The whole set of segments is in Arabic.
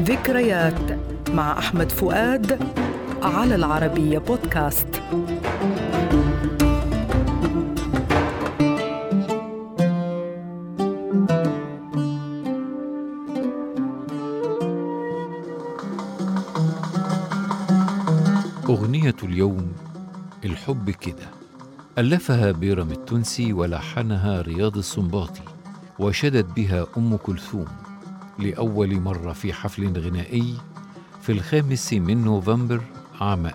ذكريات مع أحمد فؤاد على العربية بودكاست. أغنية اليوم الحب كده، ألفها بيرم التونسي ولحنها رياض السنباطي، وشدت بها أم كلثوم لأول مرة في حفل غنائي في 5 نوفمبر عام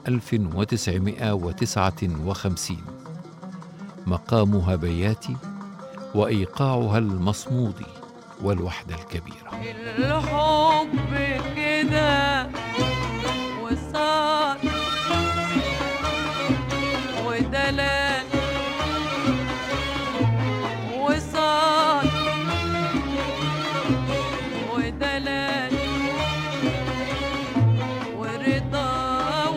1959. مقامها بياتي وإيقاعها المصمودي والوحدة الكبيرة. الحب كده وصار ودلال وصار ودلال ورضا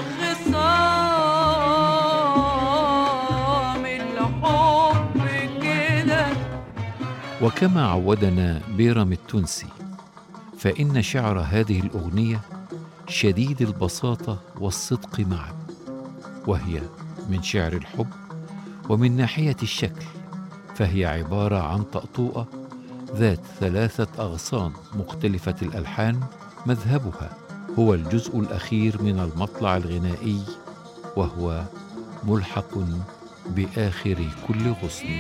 وخصام. الحب كده. وكما عودنا بيرم التونسي، فإن شعر هذه الأغنية شديد البساطة والصدق معا، وهي من شعر الحب. ومن ناحية الشكل فهي عبارة عن طأطوئة ذات 3 أغصان مختلفة الألحان، مذهبها هو الجزء الأخير من المطلع الغنائي، وهو ملحق بآخر كل غصن.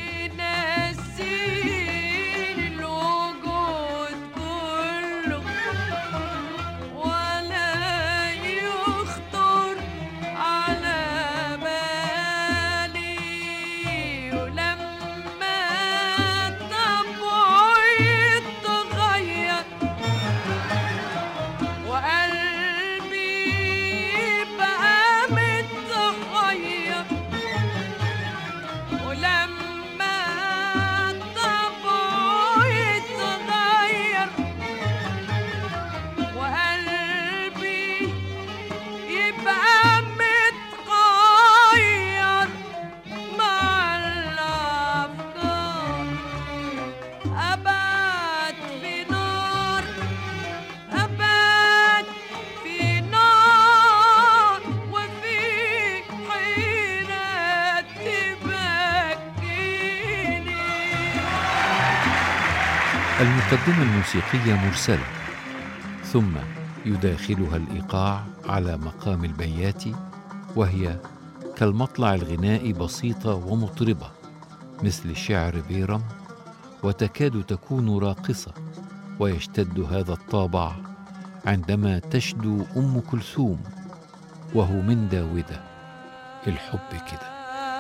المقدمة الموسيقية مرسلة، ثم يداخلها الإيقاع على مقام البياتي، وهي كالمطلع الغنائي بسيطة ومطربة مثل شعر بيرم، وتكاد تكون راقصة. ويشتد هذا الطابع عندما تشدو أم كلثوم، وهو من داودة الحب كده.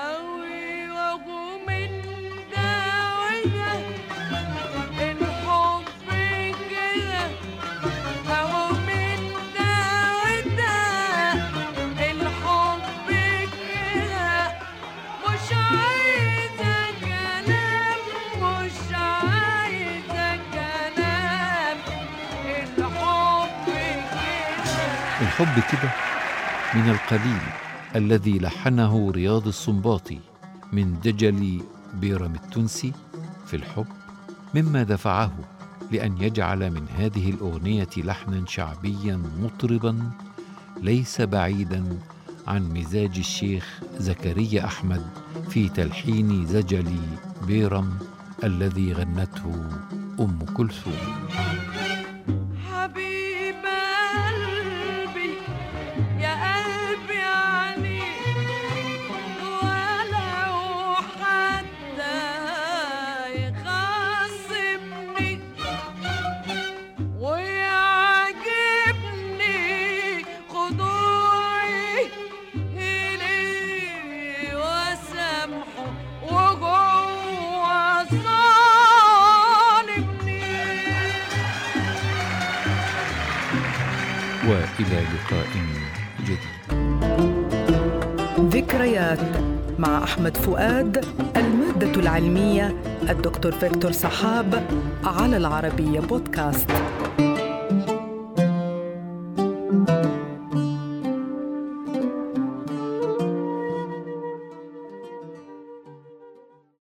الحب كده من القليل الذي لحنه رياض السنباطي من دجل بيرم التونسي في الحب، مما دفعه لأن يجعل من هذه الأغنية لحنا شعبيا مطربا ليس بعيدا عن مزاج الشيخ زكريا أحمد في تلحين زجل بيرم الذي غنته أم كلثوم. وإلى لقاء جديد. ذكريات مع أحمد فؤاد، المادة العلمية الدكتور فيكتور سحاب على العربية بودكاست.